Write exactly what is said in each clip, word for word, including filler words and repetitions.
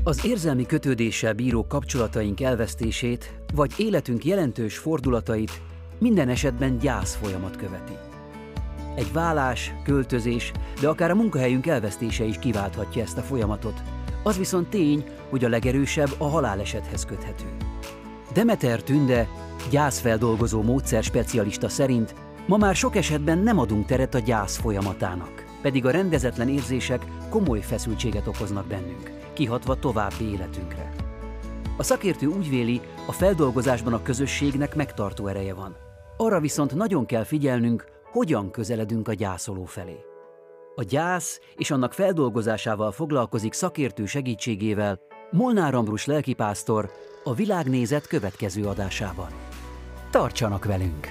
Az érzelmi kötődéssel bíró kapcsolataink elvesztését, vagy életünk jelentős fordulatait minden esetben gyász folyamat követi. Egy válás, költözés, de akár a munkahelyünk elvesztése is kiválthatja ezt a folyamatot. Az viszont tény, hogy a legerősebb a halálesethez köthető. Demeter Tünde, gyászfeldolgozó módszerspecialista szerint ma már sok esetben nem adunk teret a gyász folyamatának, pedig a rendezetlen érzések komoly feszültséget okoznak bennünk, kihatva további életünkre. A szakértő úgy véli, a feldolgozásban a közösségnek megtartó ereje van. Arra viszont nagyon kell figyelnünk, hogyan közeledünk a gyászoló felé. A gyász és annak feldolgozásával foglalkozik szakértő segítségével Molnár Ambrus lelkipásztor a Világnézet következő adásában. Tartsanak velünk!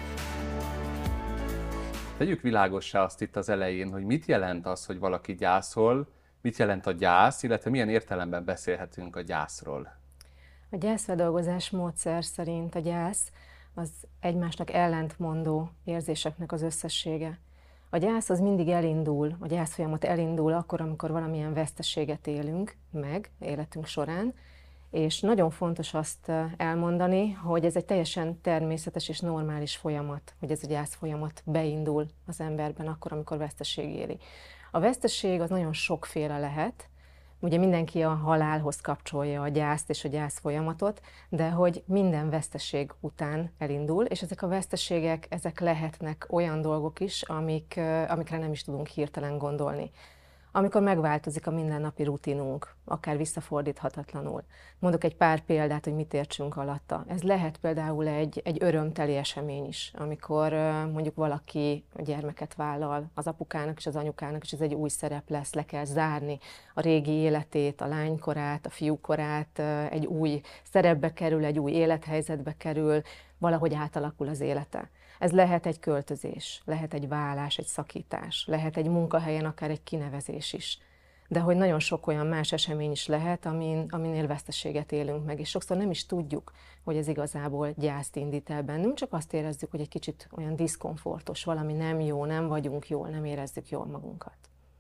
Tegyük világossá azt itt az elején, hogy mit jelent az, hogy valaki gyászol, mit jelent a gyász, illetve milyen értelemben beszélhetünk a gyászról. A gyászfeldolgozás módszer szerint a gyász az egymásnak ellentmondó érzéseknek az összessége. A gyász az mindig elindul, a gyászfolyamat elindul akkor, amikor valamilyen veszteséget élünk meg életünk során, és nagyon fontos azt elmondani, hogy ez egy teljesen természetes és normális folyamat, hogy ez a gyászfolyamat beindul az emberben akkor, amikor veszteség éri. A veszteség az nagyon sokféle lehet, ugye mindenki a halálhoz kapcsolja a gyászt és a gyász folyamatot, de hogy minden veszteség után elindul, és ezek a veszteségek, ezek lehetnek olyan dolgok is, amik, amikre nem is tudunk hirtelen gondolni. Amikor megváltozik a mindennapi rutinunk, akár visszafordíthatatlanul. Mondok egy pár példát, hogy mit értsünk alatta. Ez lehet például egy, egy örömteli esemény is, amikor mondjuk valaki gyermeket vállal az apukának és az anyukának, és ez egy új szerep lesz, le kell zárni a régi életét, a lánykorát, a fiúkorát, egy új szerepbe kerül, egy új élethelyzetbe kerül, valahogy átalakul az élete. Ez lehet egy költözés, lehet egy válás, egy szakítás, lehet egy munkahelyen akár egy kinevezés is. De hogy nagyon sok olyan más esemény is lehet, amin, aminél veszteséget élünk meg, és sokszor nem is tudjuk, hogy ez igazából gyászt indít el bennünk, csak azt érezzük, hogy egy kicsit olyan diszkomfortos, valami nem jó, nem vagyunk jól, nem érezzük jól magunkat.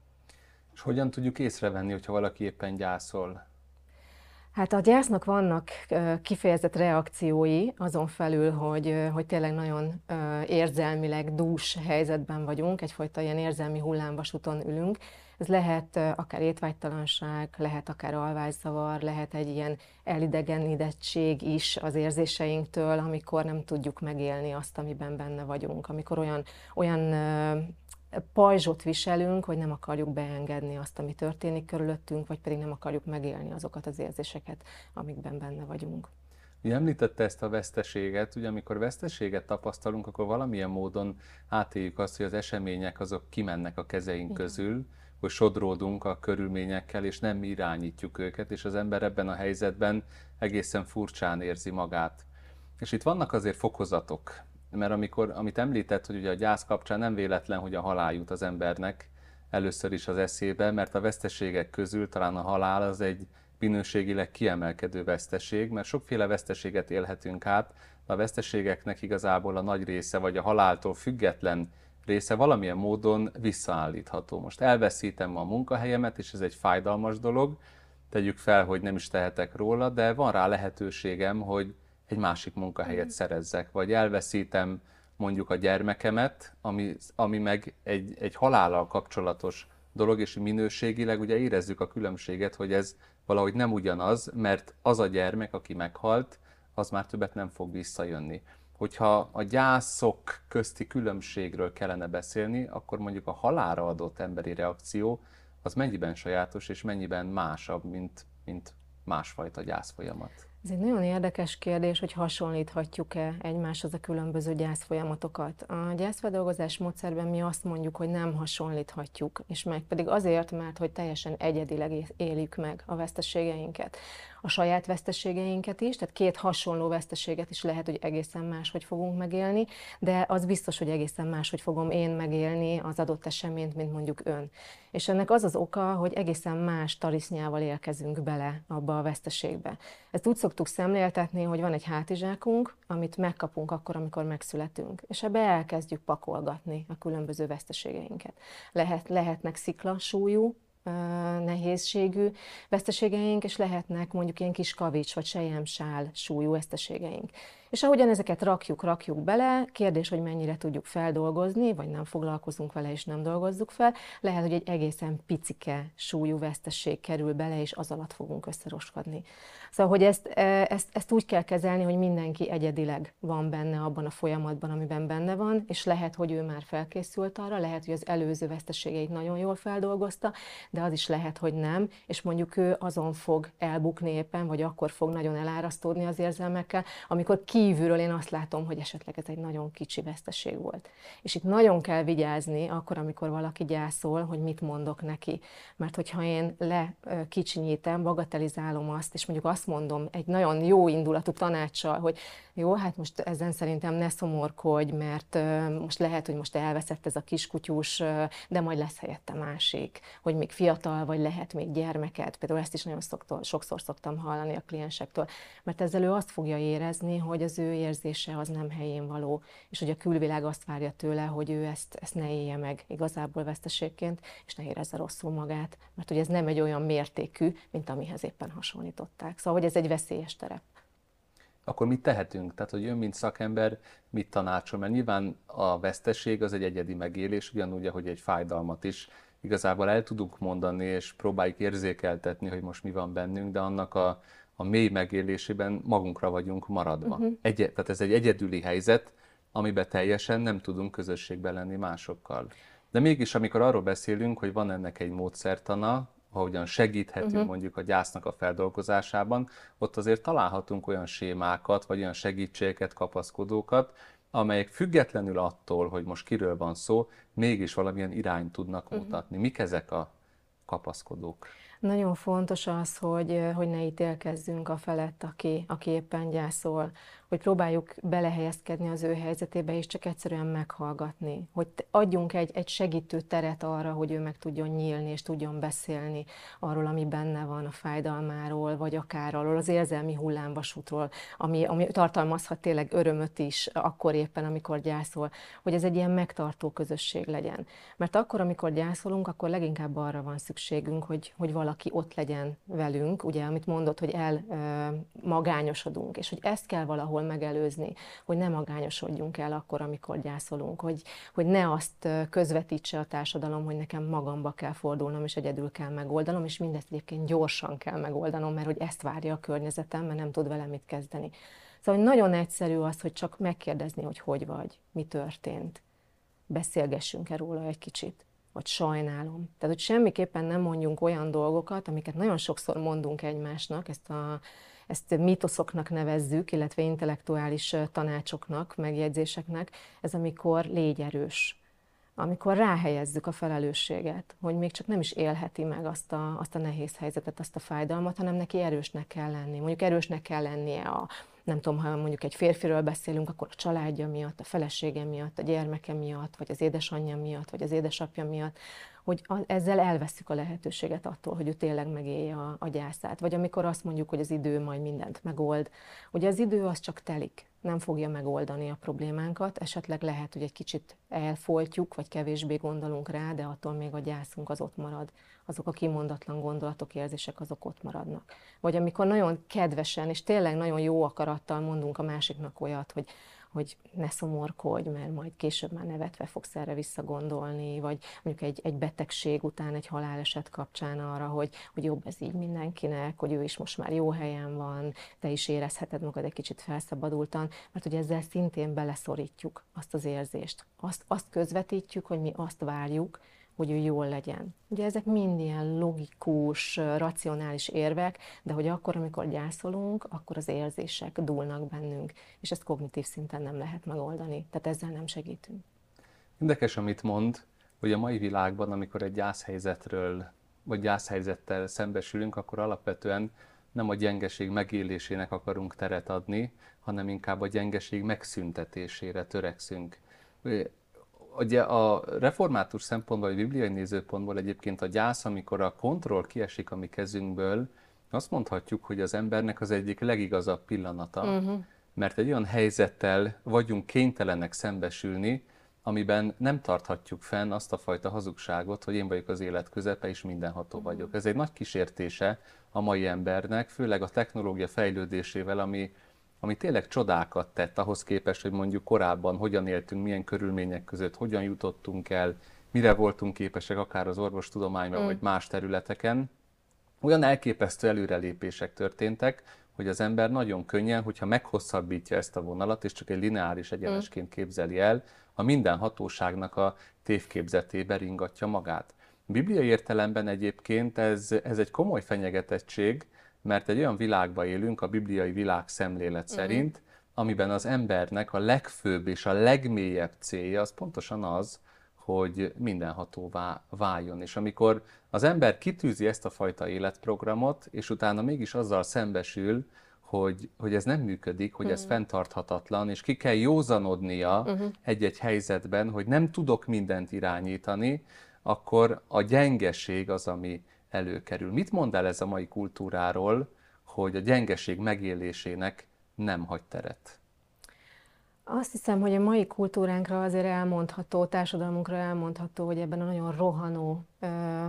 És hogyan tudjuk észrevenni, hogyha valaki éppen gyászol? Hát a gyásznak vannak kifejezett reakciói azon felül, hogy, hogy tényleg nagyon érzelmileg dús helyzetben vagyunk, egyfajta ilyen érzelmi hullámvasúton ülünk. Ez lehet akár étvágytalanság, lehet akár alvászavar, lehet egy ilyen elidegenedettség is az érzéseinktől, amikor nem tudjuk megélni azt, amiben benne vagyunk, amikor olyan, olyan pajzsot viselünk, hogy nem akarjuk beengedni azt, ami történik körülöttünk, vagy pedig nem akarjuk megélni azokat az érzéseket, amikben benne vagyunk. Ugye említette ezt a veszteséget, ugye amikor veszteséget tapasztalunk, akkor valamilyen módon átéljük azt, hogy az események azok kimennek a kezeink Igen. közül, hogy sodródunk a körülményekkel, és nem irányítjuk őket, és az ember ebben a helyzetben egészen furcsán érzi magát. És itt vannak azért fokozatok. Mert amikor, amit említett, hogy ugye a gyász kapcsán nem véletlen, hogy a halál jut az embernek először is az eszébe, mert a veszteségek közül talán a halál az egy minőségileg kiemelkedő veszteség, mert sokféle veszteséget élhetünk át, de a veszteségeknek igazából a nagy része, vagy a haláltól független része valamilyen módon visszaállítható. Most elveszítem a munkahelyemet, és ez egy fájdalmas dolog, tegyük fel, hogy nem is tehetek róla, de van rá lehetőségem, hogy egy másik munkahelyet szerezzek, vagy elveszítem mondjuk a gyermekemet, ami, ami meg egy, egy halállal kapcsolatos dolog, és minőségileg ugye érezzük a különbséget, hogy ez valahogy nem ugyanaz, mert az a gyermek, aki meghalt, az már többet nem fog visszajönni. Hogyha a gyászok közti különbségről kellene beszélni, akkor mondjuk a halálra adott emberi reakció az mennyiben sajátos, és mennyiben másabb, mint, mint másfajta gyászfolyamat. Ez egy nagyon érdekes kérdés, hogy hasonlíthatjuk-e egymáshoz a különböző gyászfolyamatokat. A gyászfeldolgozás módszerben mi azt mondjuk, hogy nem hasonlíthatjuk, és meg pedig azért, mert hogy teljesen egyedileg éljük meg a veszteségeinket. A saját veszteségeinket is, tehát két hasonló veszteséget is lehet, hogy egészen máshogy fogunk megélni, de az biztos, hogy egészen máshogy fogom én megélni az adott eseményt, mint mondjuk ön. És ennek az az oka, hogy egészen más tarisznyával érkezünk bele abba a veszteségbe. Ezt úgy szoktuk szemléltetni, hogy van egy hátizsákunk, amit megkapunk akkor, amikor megszületünk, és ebbe elkezdjük pakolgatni a különböző veszteségeinket. Lehet, lehetnek sziklasúlyú nehézségű veszteségeink, és lehetnek mondjuk ilyen kis kavics vagy selyemsál súlyú veszteségeink. És ahogyan ezeket rakjuk, rakjuk bele, kérdés, hogy mennyire tudjuk feldolgozni, vagy nem foglalkozunk vele és nem dolgozzuk fel, lehet, hogy egy egészen picike súlyú veszteség kerül bele, és az alatt fogunk összeroskadni. Szóval, hogy ezt, ezt, ezt úgy kell kezelni, hogy mindenki egyedileg van benne abban a folyamatban, amiben benne van, és lehet, hogy ő már felkészült arra, lehet, hogy az előző veszteségeit nagyon jól feldolgozta, de az is lehet, hogy nem, és mondjuk ő azon fog elbukni éppen, vagy akkor fog nagyon elárasztódni az érzelmekkel, amikor kívülről én azt látom, hogy esetleg ez egy nagyon kicsi veszteség volt. És itt nagyon kell vigyázni akkor, amikor valaki gyászol, hogy mit mondok neki. Mert hogyha én lekicsinyítem, bagatelizálom azt, és mondjuk azt mondom egy nagyon jó indulatú tanácssal, hogy jó, hát most ezen szerintem ne szomorkodj, mert most lehet, hogy most elveszett ez a kiskutyus, de majd lesz helyette másik, hogy még fiatal, vagy lehet még gyermeket. Például ezt is nagyon szoktól, sokszor szoktam hallani a kliensektől, mert ezzel ő azt fogja érezni, hogy az ő érzése az nem helyén való, és hogy a külvilág azt várja tőle, hogy ő ezt, ezt ne élje meg igazából veszteségként, és ne érezze rosszul magát, mert hogy ez nem egy olyan mértékű, mint amihez éppen hasonlították. Szóval, hogy ez egy veszélyes terep. Akkor mit tehetünk? Tehát, hogy ön, mint szakember, mit tanácsol? Mert nyilván a veszteség az egy egyedi megélés, ugyanúgy, ahogy egy fájdalmat is igazából el tudunk mondani, és próbáljuk érzékeltetni, hogy most mi van bennünk, de annak a, a mély megélésében magunkra vagyunk maradva. Uh-huh. Egy, tehát ez egy egyedüli helyzet, amiben teljesen nem tudunk közösségben lenni másokkal. De mégis, amikor arról beszélünk, hogy van ennek egy módszertana, ahogyan segíthetünk uh-huh. mondjuk a gyásznak a feldolgozásában, ott azért találhatunk olyan sémákat, vagy olyan segítségeket, kapaszkodókat, amelyek függetlenül attól, hogy most kiről van szó, mégis valamilyen irányt tudnak uh-huh. mutatni. Mik ezek a kapaszkodók? Nagyon fontos az, hogy, hogy ne ítélkezzünk a felett, aki, aki éppen gyászol, hogy próbáljuk belehelyezkedni az ő helyzetébe, és csak egyszerűen meghallgatni, hogy adjunk egy, egy segítő teret arra, hogy ő meg tudjon nyílni, és tudjon beszélni arról, ami benne van, a fájdalmáról, vagy akár arról az érzelmi hullámvasútról, ami, ami tartalmazhat tényleg örömöt is, akkor éppen, amikor gyászol, hogy ez egy ilyen megtartó közösség legyen. Mert akkor, amikor gyászolunk, akkor leginkább arra van szükségünk, hogy, hogy valaki ott legyen velünk, ugye, amit mondott, hogy elmagányosodunk, és hogy ezt kell valahol megelőzni, hogy ne magányosodjunk el akkor, amikor gyászolunk, hogy, hogy ne azt közvetítse a társadalom, hogy nekem magamba kell fordulnom, és egyedül kell megoldanom, és mindezt egyébként gyorsan kell megoldanom, mert hogy ezt várja a környezetem, mert nem tud vele mit kezdeni. Szóval nagyon egyszerű az, hogy csak megkérdezni, hogy hogy vagy, mi történt. Beszélgessünk-e róla egy kicsit, vagy sajnálom. Tehát, hogy semmiképpen nem mondjunk olyan dolgokat, amiket nagyon sokszor mondunk egymásnak, ezt a Ezt mítoszoknak nevezzük, illetve intellektuális tanácsoknak, megjegyzéseknek, ez amikor légy erős. Amikor ráhelyezzük a felelősséget, hogy még csak nem is élheti meg azt a, azt a nehéz helyzetet, azt a fájdalmat, hanem neki erősnek kell lenni. Mondjuk erősnek kell lennie a, nem tudom, ha mondjuk egy férfiről beszélünk, akkor a családja miatt, a felesége miatt, a gyermeke miatt, vagy az édesanyja miatt, vagy az édesapja miatt, hogy ezzel elvesszük a lehetőséget attól, hogy ő tényleg megélje a, a gyászát. Vagy amikor azt mondjuk, hogy az idő majd mindent megold. Ugye az idő az csak telik, nem fogja megoldani a problémánkat, esetleg lehet, hogy egy kicsit elfoltjuk, vagy kevésbé gondolunk rá, de attól még a gyászunk az ott marad. Azok a kimondatlan gondolatok, érzések, azok ott maradnak. Vagy amikor nagyon kedvesen, és tényleg nagyon jó akarattal mondunk a másiknak olyat, hogy hogy ne szomorkodj, mert majd később már nevetve fogsz erre visszagondolni, vagy mondjuk egy, egy betegség után, egy haláleset kapcsán arra, hogy, hogy jobb ez így mindenkinek, hogy ő is most már jó helyen van, te is érezheted magad egy kicsit felszabadultan, mert hogy ezzel szintén beleszorítjuk azt az érzést. Azt, azt közvetítjük, hogy mi azt várjuk, hogy ő jól legyen. Ugye ezek mind ilyen logikus, racionális érvek, de hogy akkor, amikor gyászolunk, akkor az érzések dúlnak bennünk, és ezt kognitív szinten nem lehet megoldani, tehát ezzel nem segítünk. Érdekes, amit mond, hogy a mai világban, amikor egy gyászhelyzetről, vagy gyászhelyzettel szembesülünk, akkor alapvetően nem a gyengeség megélésének akarunk teret adni, hanem inkább a gyengeség megszüntetésére törekszünk. Ugye a református szempontból, vagy bibliai nézőpontból egyébként a gyász, amikor a kontroll kiesik a mi kezünkből, azt mondhatjuk, hogy az embernek az egyik legigazabb pillanata, uh-huh. mert egy olyan helyzettel vagyunk kénytelenek szembesülni, amiben nem tarthatjuk fenn azt a fajta hazugságot, hogy én vagyok az élet közepe, és mindenható vagyok. Ez egy nagy kísértése a mai embernek, főleg a technológia fejlődésével, ami, ami tényleg csodákat tett ahhoz képest, hogy mondjuk korábban hogyan éltünk, milyen körülmények között, hogyan jutottunk el, mire voltunk képesek akár az orvostudományban, mm. vagy más területeken. Olyan elképesztő előrelépések történtek, hogy az ember nagyon könnyen, hogyha meghosszabbítja ezt a vonalat, és csak egy lineáris egyenesként képzeli el, a mindenhatóságnak a tévképzetébe ringatja magát. Bibliai értelemben egyébként ez, ez egy komoly fenyegetettség, mert egy olyan világban élünk, a bibliai világszemlélet szerint, amiben az embernek a legfőbb és a legmélyebb célja az pontosan az, hogy mindenhatóvá váljon. És amikor az ember kitűzi ezt a fajta életprogramot, és utána mégis azzal szembesül, hogy, hogy ez nem működik, hogy ez uh-huh. fenntarthatatlan, és ki kell józanodnia uh-huh. egy-egy helyzetben, hogy nem tudok mindent irányítani, akkor a gyengeség az, ami előkerül. Mit mond el ez a mai kultúráról, hogy a gyengeség megélésének nem hagy teret? Azt hiszem, hogy a mai kultúránkra azért elmondható, társadalmunkra elmondható, hogy ebben a nagyon rohanó ö,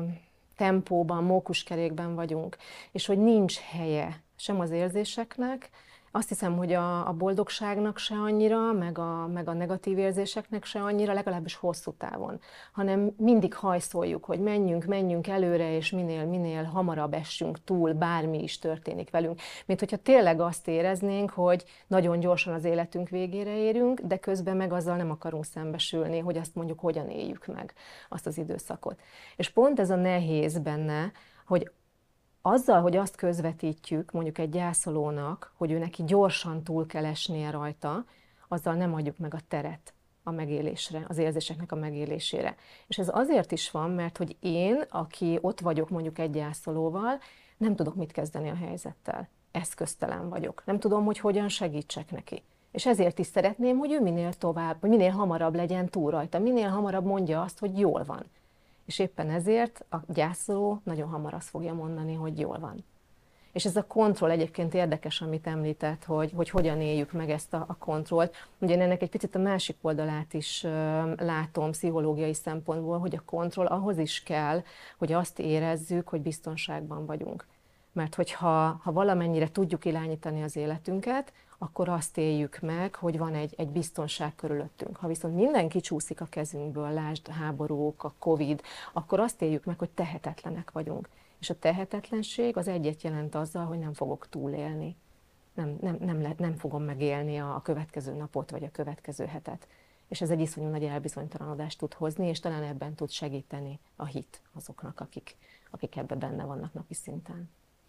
tempóban, mókuskerékben vagyunk, és hogy nincs helye sem az érzéseknek. Azt hiszem, hogy a, a boldogságnak se annyira, meg a, meg a negatív érzéseknek se annyira, legalábbis hosszú távon, hanem mindig hajszoljuk, hogy menjünk, menjünk előre, és minél, minél hamarabb essünk túl, bármi is történik velünk. Mint hogyha tényleg azt éreznénk, hogy nagyon gyorsan az életünk végére érünk, de közben meg azzal nem akarunk szembesülni, hogy azt mondjuk hogyan éljük meg azt az időszakot. És pont ez a nehéz benne, hogy azzal, hogy azt közvetítjük mondjuk egy gyászolónak, hogy ő neki gyorsan túl kell esnie rajta, azzal nem adjuk meg a teret a megélésre, az érzéseknek a megélésére. És ez azért is van, mert hogy én, aki ott vagyok mondjuk egy gyászolóval, nem tudok mit kezdeni a helyzettel. Eszköztelen vagyok. Nem tudom, hogy hogyan segítsek neki. És ezért is szeretném, hogy ő minél tovább, hogy minél hamarabb legyen túl rajta, minél hamarabb mondja azt, hogy jól van. És éppen ezért a gyászoló nagyon hamar azt fogja mondani, hogy jól van. És ez a kontroll egyébként érdekes, amit említett, hogy, hogy hogyan éljük meg ezt a, a kontrollt. Ugye én ennek egy picit a másik oldalát is uh, látom pszichológiai szempontból, hogy a kontroll ahhoz is kell, hogy azt érezzük, hogy biztonságban vagyunk. Mert hogyha ha valamennyire tudjuk irányítani az életünket, akkor azt éljük meg, hogy van egy, egy biztonság körülöttünk. Ha viszont minden kicsúszik a kezünkből, lásd háborúk, a Covid, akkor azt éljük meg, hogy tehetetlenek vagyunk. És a tehetetlenség az egyet jelent azzal, hogy nem fogok túlélni. Nem, nem, nem, le, nem fogom megélni a, a következő napot, vagy a következő hetet. És ez egy iszonyú nagy elbizonytalanodást tud hozni, és talán ebben tud segíteni a hit azoknak, akik, akik ebben benne vannak napi szinten.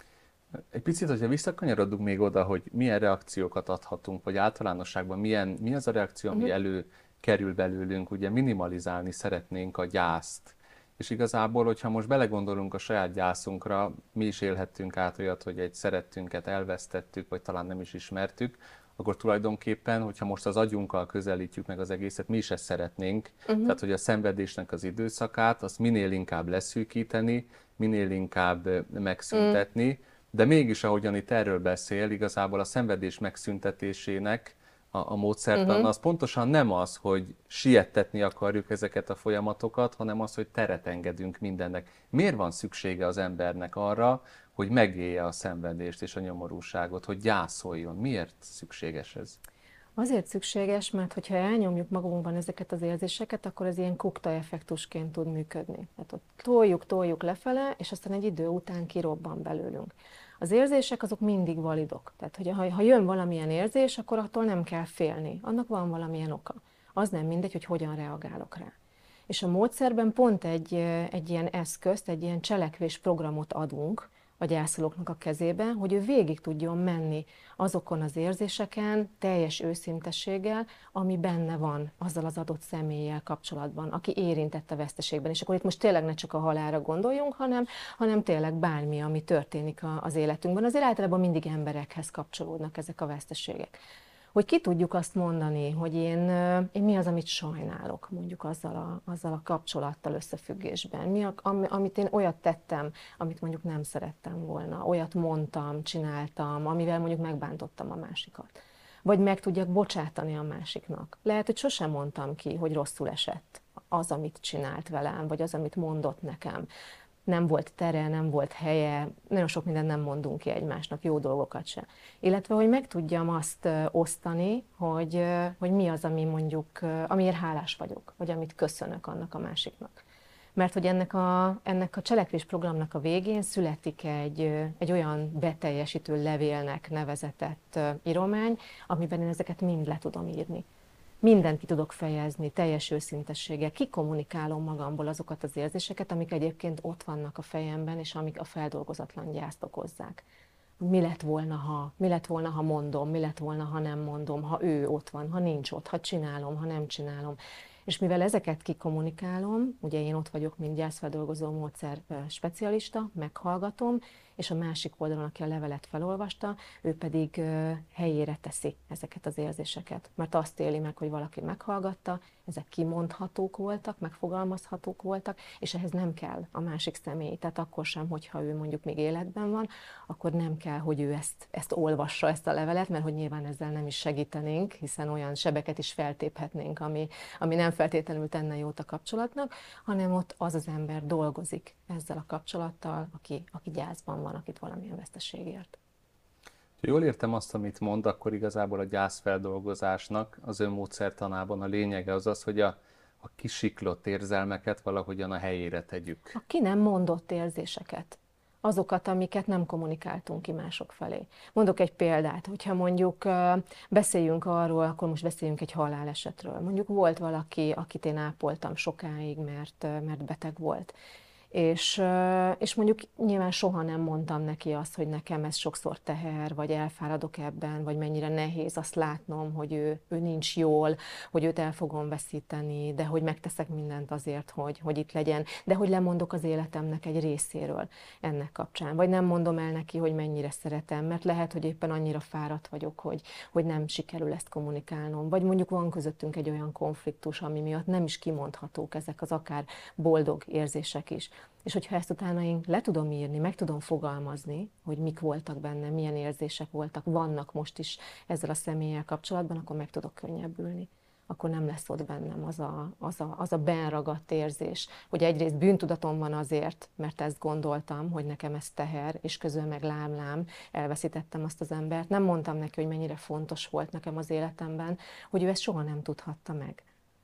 Egy picit, hogyha visszakanyarodunk még oda, hogy milyen reakciókat adhatunk, vagy általánosságban milyen, mi az a reakció, ami uh-huh. előkerül belőlünk, ugye minimalizálni szeretnénk a gyászt. És igazából, hogyha most belegondolunk a saját gyászunkra, mi is élhettünk át olyat, hogy egy szerettünket elvesztettük, vagy talán nem is ismertük, akkor tulajdonképpen, hogyha most az agyunkkal közelítjük meg az egészet, mi is ezt szeretnénk. Uh-huh. Tehát, hogy a szenvedésnek az időszakát, azt minél inkább leszűkíteni, minél inkább megszüntetni, uh-huh. de mégis, ahogyan itt erről beszél, igazából a szenvedés megszüntetésének a, a módszertan uh-huh. az pontosan nem az, hogy siettetni akarjuk ezeket a folyamatokat, hanem az, hogy teret engedünk mindennek. Miért van szüksége az embernek arra, hogy megélje a szenvedést és a nyomorúságot, hogy gyászoljon? Miért szükséges ez? Azért szükséges, mert hogyha elnyomjuk magunkban ezeket az érzéseket, akkor ez ilyen kukta effektusként tud működni. Tehát ott toljuk, toljuk lefele, és aztán egy idő után kirobban belőlünk. Az érzések azok mindig validok. Tehát, hogy ha, ha jön valamilyen érzés, akkor attól nem kell félni. Annak van valamilyen oka. Az nem mindegy, hogy hogyan reagálok rá. És a módszerben pont egy, egy ilyen eszközt, egy ilyen cselekvésprogramot adunk a gyászolóknak a kezében, hogy ő végig tudjon menni azokon az érzéseken, teljes őszintességgel, ami benne van azzal az adott személlyel kapcsolatban, aki érintett a veszteségben. És akkor itt most tényleg ne csak a halálra gondoljunk, hanem, hanem tényleg bármi, ami történik az életünkben. Azért általában mindig emberekhez kapcsolódnak ezek a veszteségek. Hogy ki tudjuk azt mondani, hogy én, én mi az, amit sajnálok, mondjuk azzal a, azzal a kapcsolattal összefüggésben. Mi a, amit én olyat tettem, amit mondjuk nem szerettem volna, olyat mondtam, csináltam, amivel mondjuk megbántottam a másikat. vagy meg tudjak bocsátani a másiknak. Lehet, hogy sosem mondtam ki, hogy rosszul esett az, amit csinált velem, vagy az, amit mondott nekem. Nem volt tere, nem volt helye, nagyon sok mindent nem mondunk ki egymásnak, jó dolgokat se. Illetve, hogy meg tudjam azt osztani, hogy, hogy mi az, ami mondjuk, amiért hálás vagyok, vagy amit köszönök annak a másiknak. Mert hogy ennek a, ennek a cselekvésprogramnak a végén születik egy, egy olyan beteljesítő levélnek nevezetett íromány, amiben én ezeket mind le tudom írni. Mindent ki tudok fejezni, teljes őszintességgel, kikommunikálom magamból azokat az érzéseket, amik egyébként ott vannak a fejemben, és amik a feldolgozatlan gyászt okozzák. Mi lett volna, ha, mi lett volna, ha mondom, mi lett volna, ha nem mondom, ha ő ott van, ha nincs ott, ha csinálom, ha nem csinálom. És mivel ezeket kikommunikálom, ugye én ott vagyok, mint gyászfeldolgozó módszer specialista, meghallgatom, és a másik oldalon, aki a levelet felolvasta, ő pedig helyére teszi ezeket az érzéseket. Mert azt éli meg, hogy valaki meghallgatta, ezek kimondhatók voltak, megfogalmazhatók voltak, és ehhez nem kell a másik személy. Tehát akkor sem, hogyha ő mondjuk még életben van, akkor nem kell, hogy ő ezt, ezt olvassa, ezt a levelet, mert hogy nyilván ezzel nem is segítenénk, hiszen olyan sebeket is feltéphetnénk, ami, ami nem feltétlenül tenne jót a kapcsolatnak, hanem ott az az ember dolgozik ezzel a kapcsolattal, aki, aki gyászban van, akit valamilyen veszteségért. Ha jól értem azt, amit mond, akkor igazából a gyászfeldolgozásnak az ön módszertanában a lényege az az, hogy a, a kisiklott érzelmeket valahogyan a helyére tegyük. A ki nem mondott érzéseket. Azokat, amiket nem kommunikáltunk ki mások felé. Mondok egy példát, hogyha mondjuk beszéljünk arról, akkor most beszéljünk egy halálesetről. Mondjuk volt valaki, akit én ápoltam sokáig, mert, mert beteg volt. És, és mondjuk nyilván soha nem mondtam neki azt, hogy nekem ez sokszor teher, vagy elfáradok ebben, vagy mennyire nehéz azt látnom, hogy ő, ő nincs jól, hogy őt el fogom veszíteni, de hogy megteszek mindent azért, hogy, hogy itt legyen, de hogy lemondok az életemnek egy részéről ennek kapcsán. Vagy nem mondom el neki, hogy mennyire szeretem, mert lehet, hogy éppen annyira fáradt vagyok, hogy, hogy nem sikerül ezt kommunikálnom. Vagy mondjuk van közöttünk egy olyan konfliktus, ami miatt nem is kimondhatók ezek az akár boldog érzések is. És hogyha ezt utána én le tudom írni, meg tudom fogalmazni, hogy mik voltak benne, milyen érzések voltak, vannak most is ezzel a személlyel kapcsolatban, akkor meg tudok könnyebbülni. Akkor nem lesz ott bennem az a, az a, az a benragadt érzés, hogy egyrészt bűntudatom van azért, mert ezt gondoltam, hogy nekem ez teher, és közben meg lám-lám, elveszítettem azt az embert. Nem mondtam neki, hogy mennyire fontos volt nekem az életemben, hogy ő ezt soha nem tudhatta meg.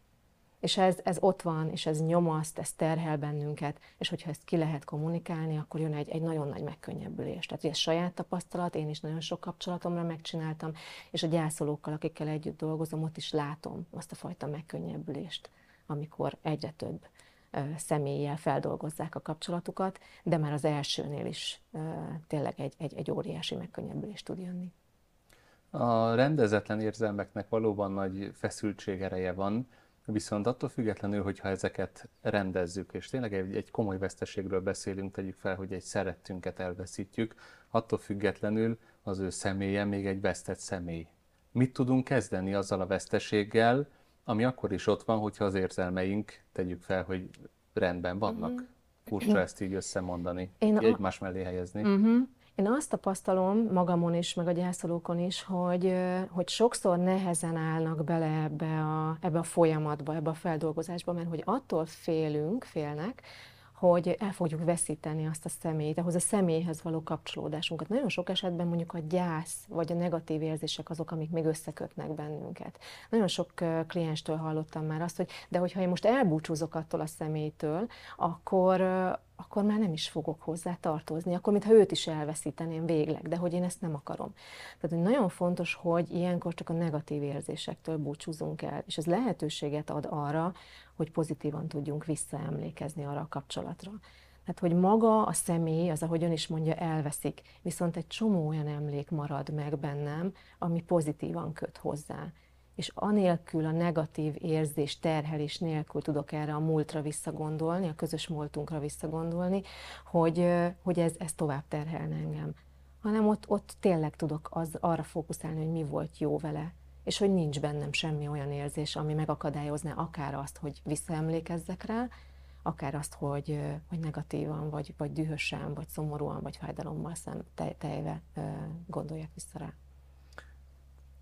És ez, ez ott van, és ez nyomaszt, ez terhel bennünket, és hogyha ezt ki lehet kommunikálni, akkor jön egy, egy nagyon nagy megkönnyebbülés. Tehát ez saját tapasztalat, én is nagyon sok kapcsolatomra megcsináltam, és a gyászolókkal, akikkel együtt dolgozom, ott is látom azt a fajta megkönnyebbülést, amikor egyre több ö, személlyel feldolgozzák a kapcsolatukat, de már az elsőnél is ö, tényleg egy, egy, egy óriási megkönnyebbülés tud jönni. A rendezetlen érzelmeknek valóban nagy feszültségereje van, viszont attól függetlenül, hogyha ezeket rendezzük, és tényleg egy, egy komoly veszteségről beszélünk, tegyük fel, hogy egy szerettünket elveszítjük, attól függetlenül az ő személye még egy vesztett személy. Mit tudunk kezdeni azzal a veszteséggel, ami akkor is ott van, hogyha az érzelmeink, tegyük fel, hogy rendben vannak? Uh-huh. Furcsa ezt így összemondani, Én egymás mellé helyezni. Uh-huh. Én azt tapasztalom magamon is, meg a gyászolókon is, hogy, hogy sokszor nehezen állnak bele ebbe a, ebbe a folyamatba, ebbe a feldolgozásba, mert hogy attól félünk, félnek, hogy el fogjuk veszíteni azt a személyt, ahhoz a személyhez való kapcsolódásunkat. Nagyon sok esetben mondjuk a gyász vagy a negatív érzések azok, amik még összekötnek bennünket. Nagyon sok klienstől hallottam már azt, hogy de hogyha én most elbúcsúzok attól a személytől, akkor, akkor már nem is fogok hozzá tartozni, akkor mintha őt is elveszíteném végleg, de hogy én ezt nem akarom. Tehát hogy nagyon fontos, hogy ilyenkor csak a negatív érzésektől búcsúzunk el, és ez lehetőséget ad arra, hogy pozitívan tudjunk visszaemlékezni arra a kapcsolatra. Tehát, hogy maga a személy, az, ahogy ön is mondja, elveszik, viszont egy csomó olyan emlék marad meg bennem, ami pozitívan köt hozzá. És anélkül, a negatív érzés, terhelés nélkül tudok erre a múltra visszagondolni, a közös múltunkra visszagondolni, hogy, hogy ez, ez tovább terhelne engem. Hanem ott, ott tényleg tudok az, arra fókuszálni, hogy mi volt jó vele, és hogy nincs bennem semmi olyan érzés, ami megakadályozná akár azt, hogy visszaemlékezzek rá, akár azt, hogy, hogy negatívan, vagy, vagy dühösen, vagy szomorúan, vagy fájdalommal szem, tejve gondoljak vissza rá.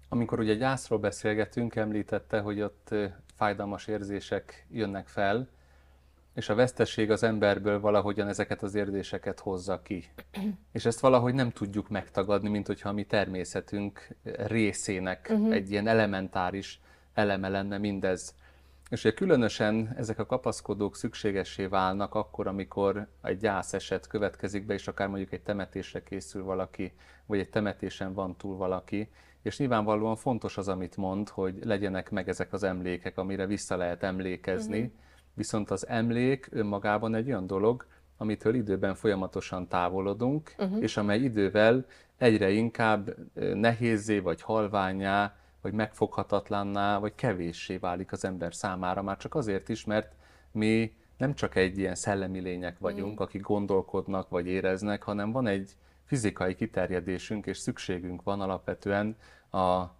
Amikor ugye gyászról beszélgetünk, említette, hogy ott fájdalmas érzések jönnek fel, és a veszteség az emberből valahogyan ezeket az érzéseket hozza ki. És ezt valahogy nem tudjuk megtagadni, mint hogyha a mi természetünk részének uh-huh. egy ilyen elementáris eleme lenne mindez. És ugye különösen ezek a kapaszkodók szükségessé válnak akkor, amikor egy gyász eset következik be, és akár mondjuk egy temetésre készül valaki, vagy egy temetésen van túl valaki, és nyilvánvalóan fontos az, amit mond, hogy legyenek meg ezek az emlékek, amire vissza lehet emlékezni, uh-huh. viszont az emlék önmagában egy olyan dolog, amitől időben folyamatosan távolodunk, uh-huh. és amely idővel egyre inkább nehézzé, vagy halványá, vagy megfoghatatlanná, vagy kevéssé válik az ember számára, már csak azért is, mert mi nem csak egy ilyen szellemi lények vagyunk, mm. akik gondolkodnak, vagy éreznek, hanem van egy fizikai kiterjedésünk, és szükségünk van alapvetően a, a,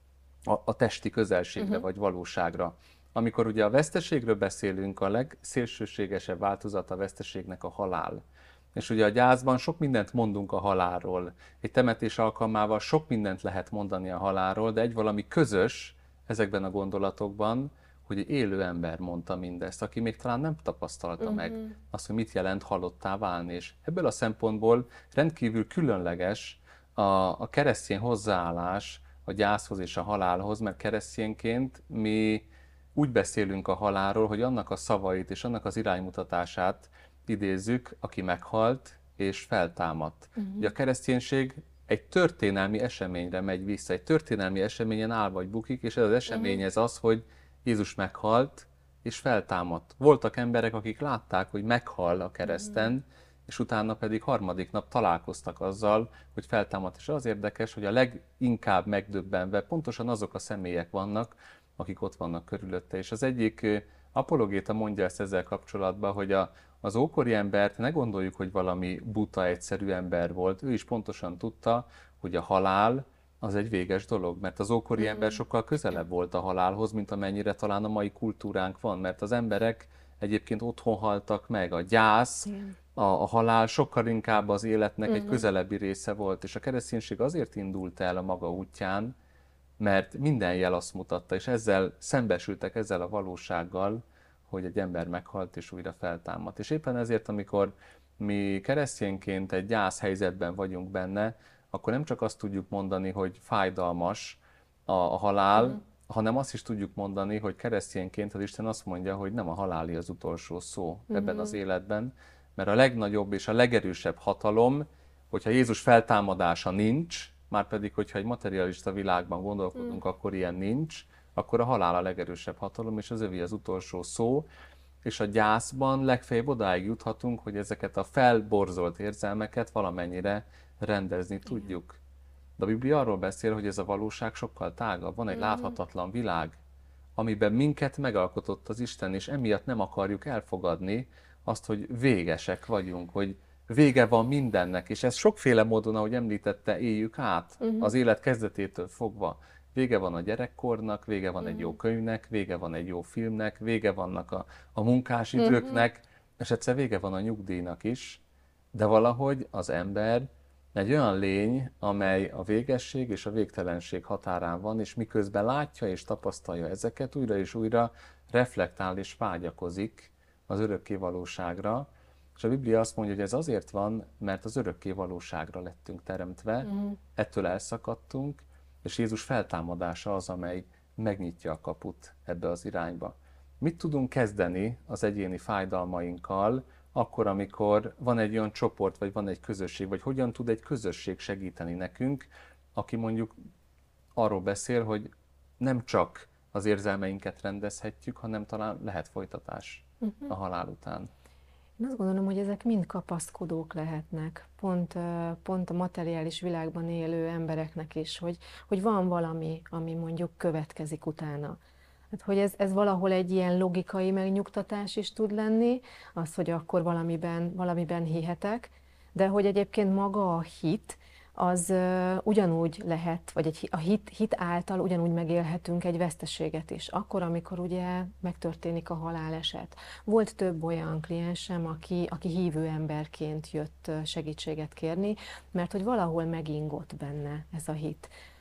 a testi közelségre, uh-huh. vagy valóságra. Amikor ugye a veszteségről beszélünk, a legszélsőségesebb változata a veszteségnek a halál. És ugye a gyászban sok mindent mondunk a halálról. Egy temetés alkalmával sok mindent lehet mondani a halálról, de egy valami közös ezekben a gondolatokban, hogy egy élő ember mondta mindezt, aki még talán nem tapasztalta uh-huh. meg azt, hogy mit jelent halottá válni. És ebből a szempontból rendkívül különleges a, a keresztény hozzáállás a gyászhoz és a halálhoz, mert keresztényként mi úgy beszélünk a halálról, hogy annak a szavait és annak az iránymutatását idézzük, aki meghalt és feltámadt. Uh-huh. Ugye a kereszténység egy történelmi eseményre megy vissza, egy történelmi eseményen áll vagy bukik, és ez az esemény uh-huh. ez az, hogy Jézus meghalt és feltámadt. Voltak emberek, akik látták, hogy meghal a kereszten, uh-huh. és utána pedig harmadik nap találkoztak azzal, hogy feltámadt. És az érdekes, hogy a leginkább megdöbbenve pontosan azok a személyek vannak, akik ott vannak körülötte. És az egyik apologéta mondja ezt ezzel kapcsolatban, hogy a, az ókori embert ne gondoljuk, hogy valami buta, egyszerű ember volt. Ő is pontosan tudta, hogy a halál az egy véges dolog, mert az ókori mm-hmm. ember sokkal közelebb volt a halálhoz, mint amennyire talán a mai kultúránk van, mert az emberek egyébként otthon haltak meg. A gyász, a, a halál sokkal inkább az életnek mm-hmm. egy közelebbi része volt, és a kereszténység azért indult el a maga útján, mert minden jel azt mutatta, és ezzel szembesültek ezzel a valósággal, hogy egy ember meghalt és újra feltámadt. És éppen ezért, amikor mi keresztényként egy gyász helyzetben vagyunk benne, akkor nem csak azt tudjuk mondani, hogy fájdalmas a, a halál, mm. hanem azt is tudjuk mondani, hogy keresztényként az Isten azt mondja, hogy nem a haláli az utolsó szó mm. ebben az életben, mert a legnagyobb és a legerősebb hatalom, hogyha Jézus feltámadása nincs, márpedig, hogyha egy materialista világban gondolkodunk, mm. akkor ilyen nincs, akkor a halál a legerősebb hatalom, és az övé az utolsó szó, és a gyászban legfeljebb odáig juthatunk, hogy ezeket a felborzolt érzelmeket valamennyire rendezni Igen. tudjuk. De a Biblia arról beszél, hogy ez a valóság sokkal tágabb. Van egy mm. láthatatlan világ, amiben minket megalkotott az Isten, és emiatt nem akarjuk elfogadni azt, hogy végesek vagyunk, hogy vége van mindennek, és ez sokféle módon, ahogy említette, éljük át uh-huh. az élet kezdetétől fogva. Vége van a gyerekkornak, vége van uh-huh. egy jó könyvnek, vége van egy jó filmnek, vége vannak a, a munkásidőknek, uh-huh. és egyszer vége van a nyugdíjnak is, de valahogy az ember egy olyan lény, amely a végesség és a végtelenség határán van, és miközben látja és tapasztalja ezeket, újra és újra reflektál és vágyakozik az örökké valóságra. És a Biblia azt mondja, hogy ez azért van, mert az örökké valóságra lettünk teremtve, uh-huh. ettől elszakadtunk, és Jézus feltámadása az, amely megnyitja a kaput ebbe az irányba. Mit tudunk kezdeni az egyéni fájdalmainkkal, akkor, amikor van egy olyan csoport, vagy van egy közösség, vagy hogyan tud egy közösség segíteni nekünk, aki mondjuk arról beszél, hogy nem csak az érzelmeinket rendezhetjük, hanem talán lehet folytatás uh-huh. a halál után. Én azt gondolom, hogy ezek mind kapaszkodók lehetnek, pont, pont a materiális világban élő embereknek is, hogy, hogy van valami, ami mondjuk következik utána. Hát, hogy ez, ez valahol egy ilyen logikai megnyugtatás is tud lenni, az, hogy akkor valamiben, valamiben hihetek, de hogy egyébként maga a hit, az uh, ugyanúgy lehet, vagy egy, a hit, hit által ugyanúgy megélhetünk egy veszteséget is, akkor, amikor ugye megtörténik a haláleset. Volt több olyan kliensem, aki, aki hívő emberként jött segítséget kérni, mert hogy valahol megingott benne ez a hit.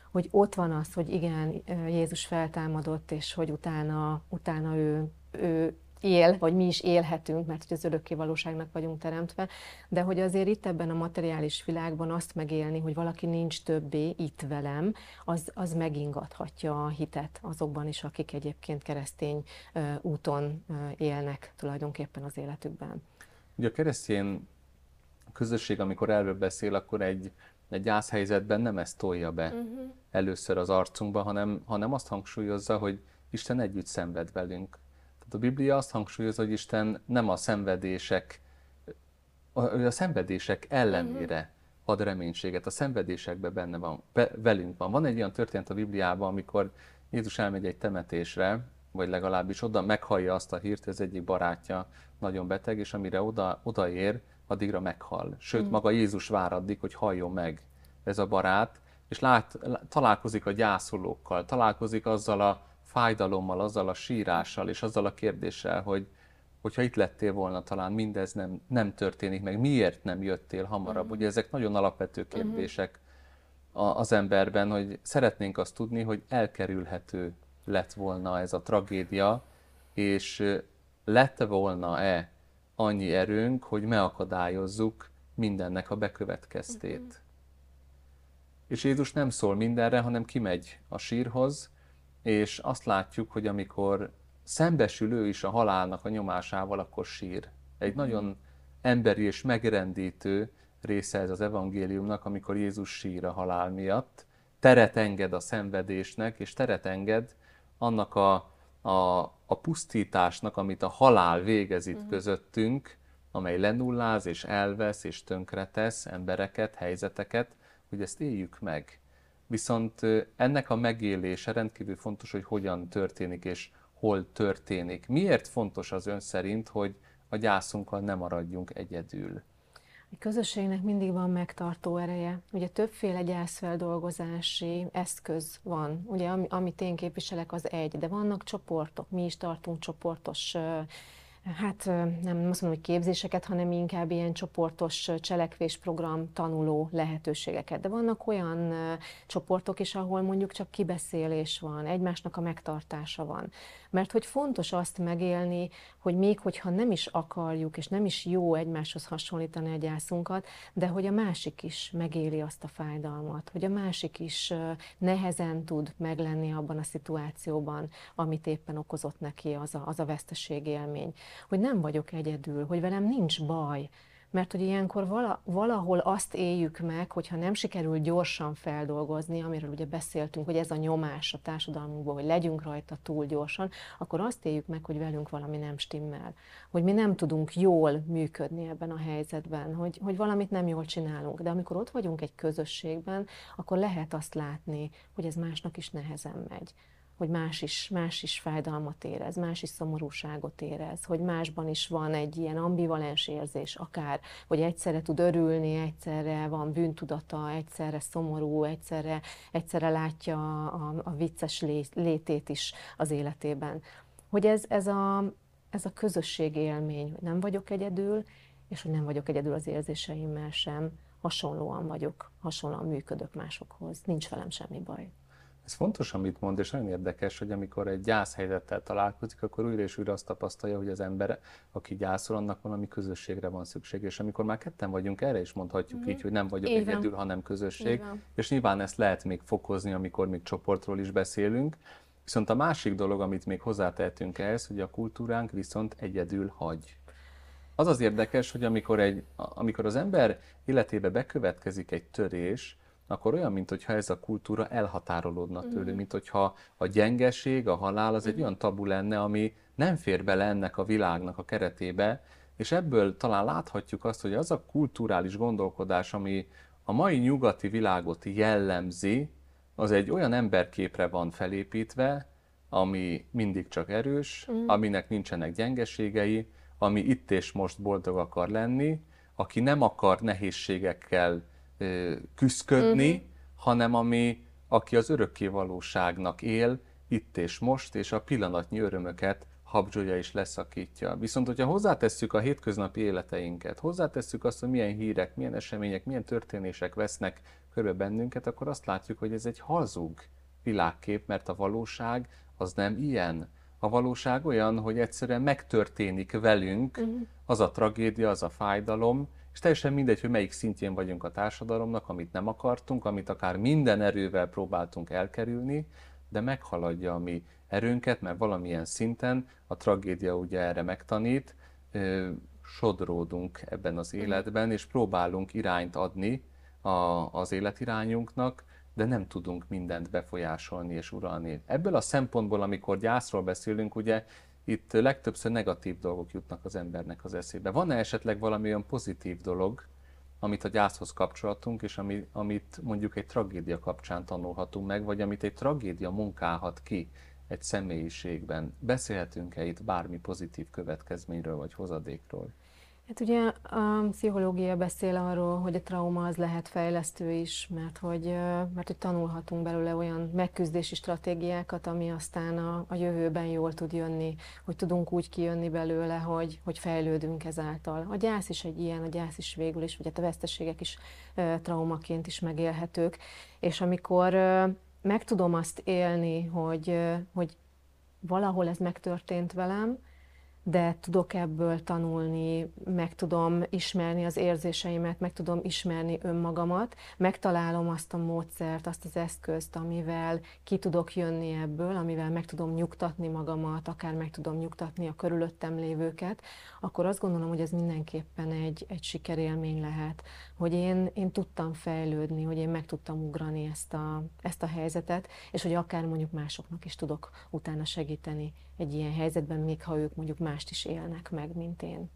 hogy ott van az, hogy igen, Jézus feltámadott, és hogy utána, utána ő, ő él, vagy mi is élhetünk, mert hogy az örökké valóságnak vagyunk teremtve, de hogy azért itt ebben a materiális világban azt megélni, hogy valaki nincs többé itt velem, az, az megingathatja a hitet azokban is, akik egyébként keresztény úton élnek tulajdonképpen az életükben. Ugye a keresztény közösség, amikor erről beszél, akkor egy, egy gyászhelyzetben nem ezt tolja be uh-huh. először az arcunkba, hanem, hanem azt hangsúlyozza, hogy Isten együtt szenved velünk. Tehát a Biblia azt hangsúlyozza, hogy Isten nem a szenvedések, a, a szenvedések ellenére uh-huh. ad reménységet, a szenvedésekben benne van, be, velünk van. Van egy olyan történet a Bibliában, amikor Jézus elmegy egy temetésre, vagy legalábbis oda meghallja azt a hírt, hogy az egyik barátja nagyon beteg, és amire oda, odaér, addigra meghal. Sőt, mm. maga Jézus vár addig, hogy halljon meg ez a barát, és lát, találkozik a gyászolókkal, találkozik azzal a fájdalommal, azzal a sírással, és azzal a kérdéssel, hogy hogyha itt lettél volna, talán mindez nem, nem történik meg, miért nem jöttél hamarabb? Mm. Ugye ezek nagyon alapvető kérdések mm. az emberben, hogy szeretnénk azt tudni, hogy elkerülhető lett volna ez a tragédia, és lett volna-e annyi erőnk, hogy megakadályozzuk mindennek a bekövetkeztét. Uh-huh. És Jézus nem szól mindenre, hanem kimegy a sírhoz, és azt látjuk, hogy amikor szembesül ő is a halálnak a nyomásával, akkor sír. Egy uh-huh. nagyon emberi és megrendítő része ez az evangéliumnak, amikor Jézus sír a halál miatt, teret enged a szenvedésnek, és teret enged annak a, a, a pusztításnak, amit a halál végez itt uh-huh. közöttünk, amely lenulláz és elvesz és tönkretesz embereket, helyzeteket, hogy ezt éljük meg. Viszont ennek a megélése rendkívül fontos, hogy hogyan történik és hol történik. Miért fontos az ön szerint, hogy a gyászunkkal ne maradjunk egyedül? A közösségnek mindig van megtartó ereje. Ugye többféle gyászfeldolgozási eszköz van. Ugye amit én képviselek, az egy, de vannak csoportok. Mi is tartunk csoportos, hát nem azt mondom, hogy képzéseket, hanem inkább ilyen csoportos cselekvésprogram tanuló lehetőségeket. De vannak olyan csoportok is, ahol mondjuk csak kibeszélés van, egymásnak a megtartása van. Mert hogy fontos azt megélni, hogy még hogyha nem is akarjuk, és nem is jó egymáshoz hasonlítani a gyászunkat, de hogy a másik is megéli azt a fájdalmat, hogy a másik is nehezen tud meglenni abban a szituációban, amit éppen okozott neki az a, az a veszteségélmény. Hogy nem vagyok egyedül, hogy velem nincs baj, mert hogy ilyenkor vala, valahol azt éljük meg, hogyha nem sikerül gyorsan feldolgozni, amiről ugye beszéltünk, hogy ez a nyomás a társadalmunkban, hogy legyünk rajta túl gyorsan, akkor azt éljük meg, hogy velünk valami nem stimmel, hogy mi nem tudunk jól működni ebben a helyzetben, hogy, hogy valamit nem jól csinálunk. De amikor ott vagyunk egy közösségben, akkor lehet azt látni, hogy ez másnak is nehezen megy, hogy más is, más is fájdalmat érez, más is szomorúságot érez, hogy másban is van egy ilyen ambivalens érzés, akár, hogy egyszerre tud örülni, egyszerre van bűntudata, egyszerre szomorú, egyszerre, egyszerre látja a, a vicces létét is az életében. Hogy ez, ez, a, ez a közösség élmény, hogy nem vagyok egyedül, és hogy nem vagyok egyedül az érzéseimmel sem, hasonlóan vagyok, hasonlóan működök másokhoz, nincs velem semmi baj. Ez fontos, amit mond, és nagyon érdekes, hogy amikor egy gyászhelyzettel találkozik, akkor újra és újra azt tapasztalja, hogy az ember, aki gyászol, annak valami közösségre van szükség. És amikor már ketten vagyunk, erre is mondhatjuk mm-hmm. így, hogy nem vagyok Igen. egyedül, hanem közösség. És nyilván ezt lehet még fokozni, amikor még csoportról is beszélünk. Viszont a másik dolog, amit még hozzátehetünk ehhez, hogy a kultúránk viszont egyedül hagy. Az az érdekes, hogy amikor, egy, amikor az ember életébe bekövetkezik egy törés, akkor olyan, mintha ez a kultúra elhatárolódna tőle, uh-huh. mintha a gyengeség, a halál az uh-huh. egy olyan tabu lenne, ami nem fér bele ennek a világnak a keretébe, és ebből talán láthatjuk azt, hogy az a kulturális gondolkodás, ami a mai nyugati világot jellemzi, az egy olyan emberképre van felépítve, ami mindig csak erős, uh-huh. aminek nincsenek gyengeségei, ami itt és most boldog akar lenni, aki nem akar nehézségekkel küszködni, uh-huh. hanem ami, aki az örökké valóságnak él, itt és most, és a pillanatnyi örömöket habzsolja és leszakítja. Viszont, hogyha hozzátesszük a hétköznapi életeinket, hozzátesszük azt, hogy milyen hírek, milyen események, milyen történések vesznek körbe bennünket, akkor azt látjuk, hogy ez egy hazug világkép, mert a valóság az nem ilyen. A valóság olyan, hogy egyszerűen megtörténik velünk uh-huh. az a tragédia, az a fájdalom, és teljesen mindegy, hogy melyik szintjén vagyunk a társadalomnak, amit nem akartunk, amit akár minden erővel próbáltunk elkerülni, de meghaladja a mi erőnket, mert valamilyen szinten a tragédia ugye erre megtanít, sodródunk ebben az életben, és próbálunk irányt adni a, az életirányunknak, de nem tudunk mindent befolyásolni és uralni. Ebből a szempontból, amikor gyászról beszélünk, ugye itt legtöbbször negatív dolgok jutnak az embernek az eszébe. Van-e esetleg valami olyan pozitív dolog, amit a gyászhoz kapcsolatunk, és ami, amit mondjuk egy tragédia kapcsán tanulhatunk meg, vagy amit egy tragédia munkálhat ki egy személyiségben? Beszélhetünk-e itt bármi pozitív következményről vagy hozadékról? Hát ugye a pszichológia beszél arról, hogy a trauma az lehet fejlesztő is, mert hogy, mert hogy tanulhatunk belőle olyan megküzdési stratégiákat, ami aztán a, a jövőben jól tud jönni, hogy tudunk úgy kijönni belőle, hogy, hogy fejlődünk ezáltal. A gyász is egy ilyen, a gyász is végül is, vagy hát a veszteségek is e, traumaként is megélhetők, és amikor e, meg tudom azt élni, hogy, e, hogy valahol ez megtörtént velem, de tudok ebből tanulni, meg tudom ismerni az érzéseimet, meg tudom ismerni önmagamat, megtalálom azt a módszert, azt az eszközt, amivel ki tudok jönni ebből, amivel meg tudom nyugtatni magamat, akár meg tudom nyugtatni a körülöttem lévőket, akkor azt gondolom, hogy ez mindenképpen egy, egy sikerélmény lehet, hogy én, én tudtam fejlődni, hogy én meg tudtam ugrani ezt a, ezt a helyzetet, és hogy akár mondjuk másoknak is tudok utána segíteni egy ilyen helyzetben, még ha ők mondjuk mást is élnek meg, mint én.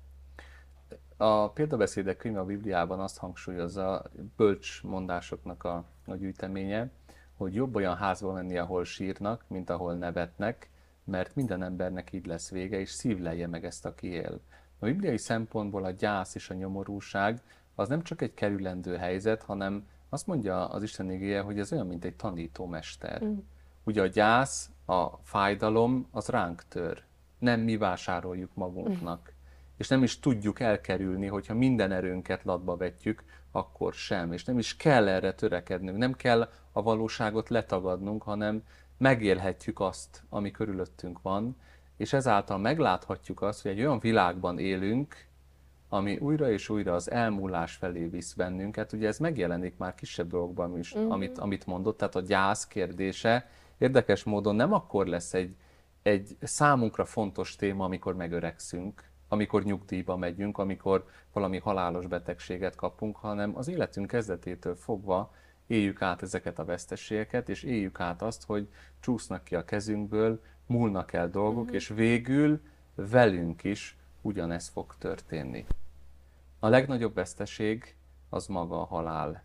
A példabeszédek könyve a Bibliában azt hangsúlyozza, bölcs mondásoknak a, a gyűjteménye, hogy jobb olyan házba menni, ahol sírnak, mint ahol nevetnek, mert minden embernek így lesz vége, és szívlelje meg ezt, aki él. A bibliai szempontból a gyász és a nyomorúság az nem csak egy kerülendő helyzet, hanem azt mondja az Isten igéje, hogy ez olyan, mint egy tanítómester. Mm. Ugye a gyász, a fájdalom, az ránk tör. Nem mi vásároljuk magunknak. Mm. És nem is tudjuk elkerülni, hogyha minden erőnket latba vetjük, akkor sem. És nem is kell erre törekednünk. Nem kell a valóságot letagadnunk, hanem megélhetjük azt, ami körülöttünk van, és ezáltal megláthatjuk azt, hogy egy olyan világban élünk, ami újra és újra az elmúlás felé visz bennünket. Ugye ez megjelenik már kisebb dolgokban is, mm. amit, amit mondott, tehát a gyász kérdése érdekes módon nem akkor lesz egy, egy számunkra fontos téma, amikor megöregszünk, amikor nyugdíjba megyünk, amikor valami halálos betegséget kapunk, hanem az életünk kezdetétől fogva éljük át ezeket a veszteségeket, és éljük át azt, hogy csúsznak ki a kezünkből, múlnak el dolgok, mm-hmm. és végül velünk is ugyanez fog történni. A legnagyobb veszteség az maga a halál.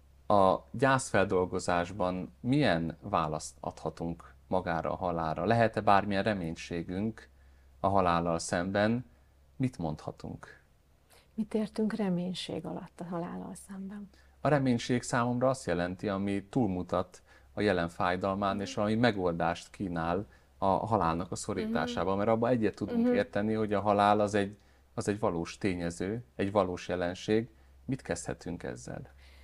A gyászfeldolgozásban milyen választ adhatunk magára a halálra? Lehet-e bármilyen reménységünk a halállal szemben? Mit mondhatunk? Mit értünk reménység alatt a halállal szemben? A reménység számomra azt jelenti, ami túlmutat a jelen fájdalmán, mm. és valami megoldást kínál a halálnak a szorításában, mm. mert abban egyet tudunk mm. érteni, hogy a halál az egy, az egy valós tényező, egy valós jelenség. Mit kezdhetünk ezzel?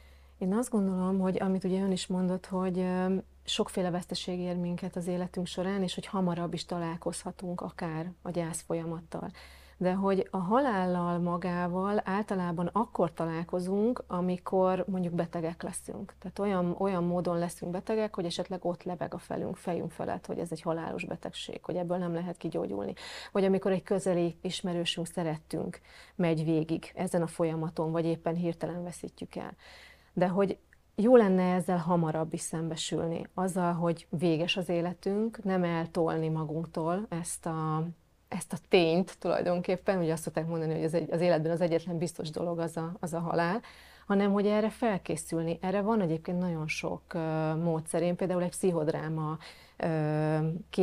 Én azt gondolom, hogy amit ugye ön is mondott, hogy sokféle veszteség ér minket az életünk során, és hogy hamarabb is találkozhatunk akár a gyász folyamattal. De hogy a halállal magával általában akkor találkozunk, amikor mondjuk betegek leszünk. Tehát olyan, olyan módon leszünk betegek, hogy esetleg ott lebeg a felünk, fejünk felett, hogy ez egy halálos betegség, hogy ebből nem lehet kigyógyulni. Vagy amikor egy közeli ismerősünk, szerettünk, megy végig ezen a folyamaton, vagy éppen hirtelen veszítjük el. De hogy jó lenne ezzel hamarabb is szembesülni, azzal, hogy véges az életünk, nem eltolni magunktól ezt a, ezt a tényt tulajdonképpen, ugye azt szokták mondani, hogy az, egy, az életben az egyetlen biztos dolog az a, az a halál, hanem hogy erre felkészülni. Erre van egyébként nagyon sok uh, módszer. Én például egy pszichodráma uh,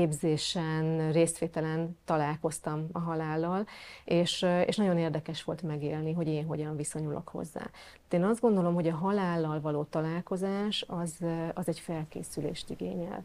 képzésen, részvételen találkoztam a halállal, és, uh, és nagyon érdekes volt megélni, hogy én hogyan viszonyulok hozzá. Én azt gondolom, hogy a halállal való találkozás az, uh, az egy felkészülést igényel.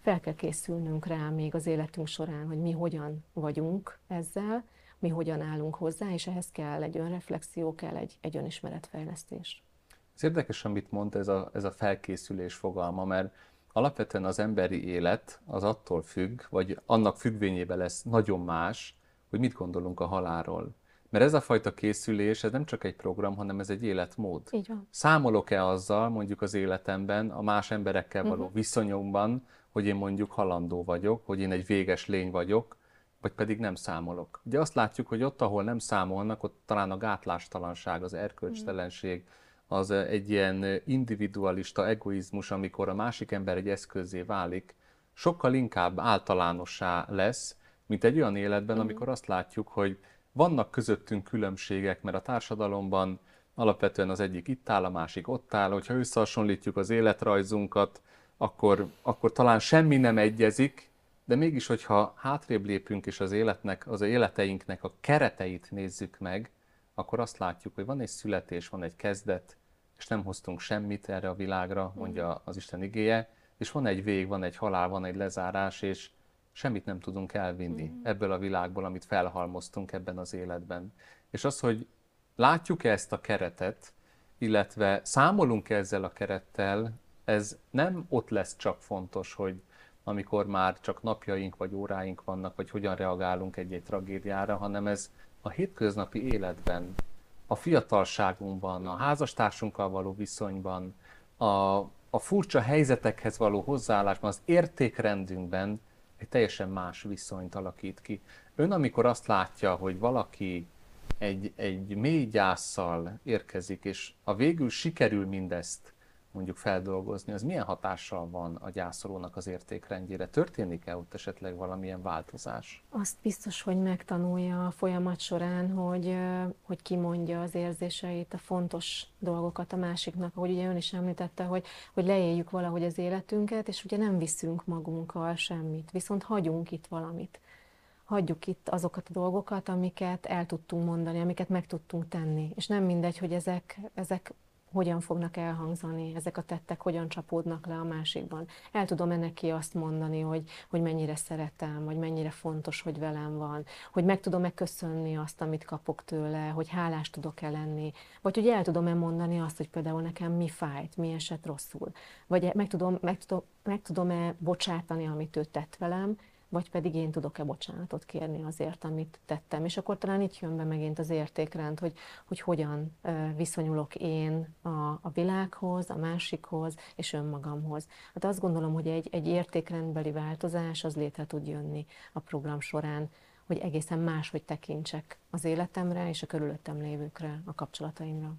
fel kell készülnünk rá még az életünk során, hogy mi hogyan vagyunk ezzel, mi hogyan állunk hozzá, és ehhez kell egy önreflexió, kell egy, egy önismeretfejlesztés. Ez érdekes, amit mond ez a, ez a felkészülés fogalma, mert alapvetően az emberi élet az attól függ, vagy annak függvényében lesz nagyon más, hogy mit gondolunk a halálról. Mert ez a fajta készülés, ez nem csak egy program, hanem ez egy életmód. Így van. Számolok-e azzal, mondjuk az életemben, a más emberekkel való Uh-huh. viszonyomban, hogy én mondjuk halandó vagyok, hogy én egy véges lény vagyok, vagy pedig nem számolok. Ugye azt látjuk, hogy ott, ahol nem számolnak, ott talán a gátlástalanság, az erkölcstelenség, az egy ilyen individualista egoizmus, amikor a másik ember egy eszközzé válik, sokkal inkább általánossá lesz, mint egy olyan életben, Uh-huh. amikor azt látjuk, hogy vannak közöttünk különbségek, mert a társadalomban alapvetően az egyik itt áll, a másik ott áll, hogyha összehasonlítjuk az életrajzunkat, akkor, akkor talán semmi nem egyezik, de mégis, hogyha hátrébb lépünk és az életnek, az életeinknek a kereteit nézzük meg, akkor azt látjuk, hogy van egy születés, van egy kezdet, és nem hoztunk semmit erre a világra, mondja az Isten igéje, és van egy vég, van egy halál, van egy lezárás, és semmit nem tudunk elvinni ebből a világból, amit felhalmoztunk ebben az életben. És az, hogy látjuk-e ezt a keretet, illetve számolunk -e ezzel a kerettel, ez nem ott lesz csak fontos, hogy amikor már csak napjaink vagy óráink vannak, vagy hogyan reagálunk egy-egy tragédiára, hanem ez a hétköznapi életben, a fiatalságunkban, a házastársunkkal való viszonyban, a, a furcsa helyzetekhez való hozzáállásban, az értékrendünkben egy teljesen más viszonyt alakít ki. Ön, amikor azt látja, hogy valaki egy, egy mély gyásszal érkezik, és a végül sikerül mindezt mondjuk feldolgozni, az milyen hatással van a gyászolónak az értékrendjére? Történik-e ott esetleg valamilyen változás? Azt biztos, hogy megtanulja a folyamat során, hogy, hogy kimondja az érzéseit, a fontos dolgokat a másiknak, ahogy ugye ön is említette, hogy, hogy leéljük valahogy az életünket, és ugye nem viszünk magunkkal semmit, viszont hagyunk itt valamit. Hagyjuk itt azokat a dolgokat, amiket el tudtunk mondani, amiket meg tudtunk tenni. És nem mindegy, hogy ezek, ezek hogyan fognak elhangzani, ezek a tettek hogyan csapódnak le a másikban. El tudom-e neki azt mondani, hogy, hogy mennyire szeretem, vagy mennyire fontos, hogy velem van, hogy meg tudom-e köszönni azt, amit kapok tőle, hogy hálás tudok-e lenni, vagy hogy el tudom-e mondani azt, hogy például nekem mi fájt, mi esett rosszul, vagy meg tudom, meg tudom, meg tudom-e bocsátani, amit ő tett velem, vagy pedig én tudok-e bocsánatot kérni azért, amit tettem. És akkor talán itt jön be megint az értékrend, hogy, hogy hogyan viszonyulok én a, a világhoz, a másikhoz és önmagamhoz. Hát azt gondolom, hogy egy, egy értékrendbeli változás az létre tud jönni a program során, hogy egészen máshogy tekintsek az életemre és a körülöttem lévőkre, a kapcsolataimra.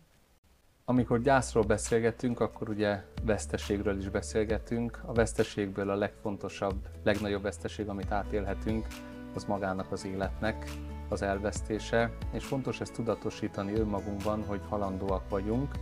Amikor gyászról beszélgetünk, akkor ugye veszteségről is beszélgetünk. A veszteségből a legfontosabb, legnagyobb veszteség, amit átélhetünk, az magának az életnek az elvesztése. És fontos ezt tudatosítani önmagunkban, hogy halandóak vagyunk,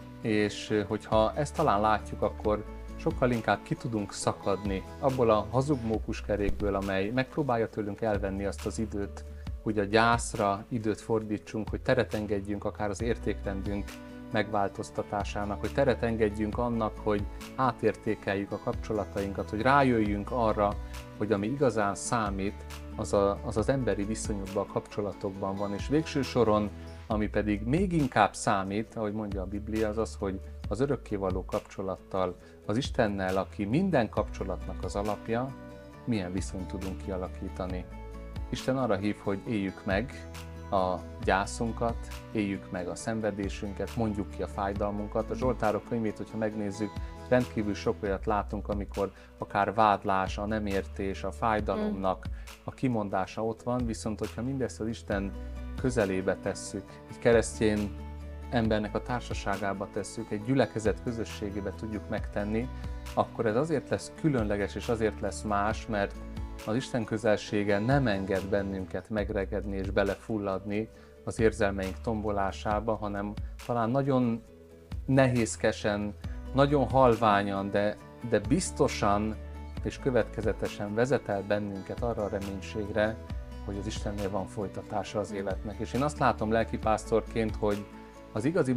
és hogyha ezt talán látjuk, akkor sokkal inkább ki tudunk szakadni abból a hazug mókuskerékből, amely megpróbálja tőlünk elvenni azt az időt, hogy a gyászra időt fordítsunk, hogy teret engedjünk akár az értékrendünk megváltoztatásának, hogy teret engedjünk annak, hogy átértékeljük a kapcsolatainkat, hogy rájöjjünk arra, hogy ami igazán számít, az, a, az az emberi viszonyokban, a kapcsolatokban van, és végső soron, ami pedig még inkább számít, ahogy mondja a Biblia, az az, hogy az örökkévaló kapcsolattal, az Istennel, aki minden kapcsolatnak az alapja, milyen viszonyt tudunk kialakítani. Isten arra hív, hogy éljük meg a gyászunkat, éljük meg a szenvedésünket, mondjuk ki a fájdalmunkat. A Zsoltárok könyvét, hogyha megnézzük, rendkívül sok olyat látunk, amikor akár vádlás, a nem értés, a fájdalomnak a kimondása ott van, viszont hogyha mindezt az Isten közelébe tesszük, egy keresztény embernek a társaságába tesszük, egy gyülekezet közösségébe tudjuk megtenni, akkor ez azért lesz különleges és azért lesz más, mert az Isten közelsége nem enged bennünket megregedni és belefulladni az érzelmeink tombolásába, hanem talán nagyon nehézkesen, nagyon halványan, de, de biztosan és következetesen vezet el bennünket arra a reménységre, hogy az Istennél van folytatása az életnek. És én azt látom lelkipásztorként, hogy az igazi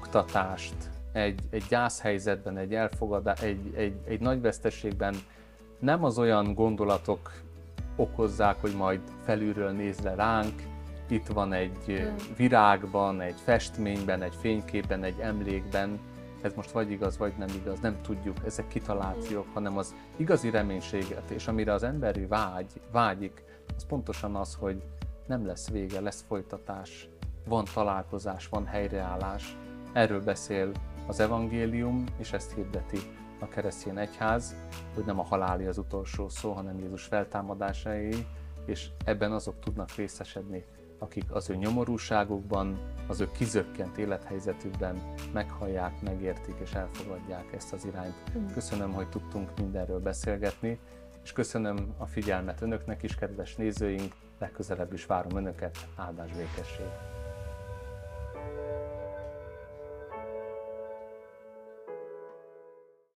megnyugtatást egy, egy gyászhelyzetben, egy elfogadás, egy, egy, egy nagy veszteségben nem az olyan gondolatok okozzák, hogy majd felülről néz le ránk, itt van egy virágban, egy festményben, egy fényképben, egy emlékben, ez most vagy igaz, vagy nem igaz, nem tudjuk, ezek kitalációk, hanem az igazi reménységet, és amire az emberi vágy, vágyik, az pontosan az, hogy nem lesz vége, lesz folytatás, van találkozás, van helyreállás. Erről beszél az evangélium, és ezt hirdeti a keresztény egyház, hogy nem a haláli az utolsó szó, hanem Jézus feltámadásáé, és ebben azok tudnak részesedni, akik az ő nyomorúságukban, az ő kizökkent élethelyzetükben meghallják, megértik és elfogadják ezt az irányt. Köszönöm, hogy tudtunk mindenről beszélgetni, és köszönöm a figyelmet önöknek is, kedves nézőink, legközelebb is várom önöket, áldás békesség!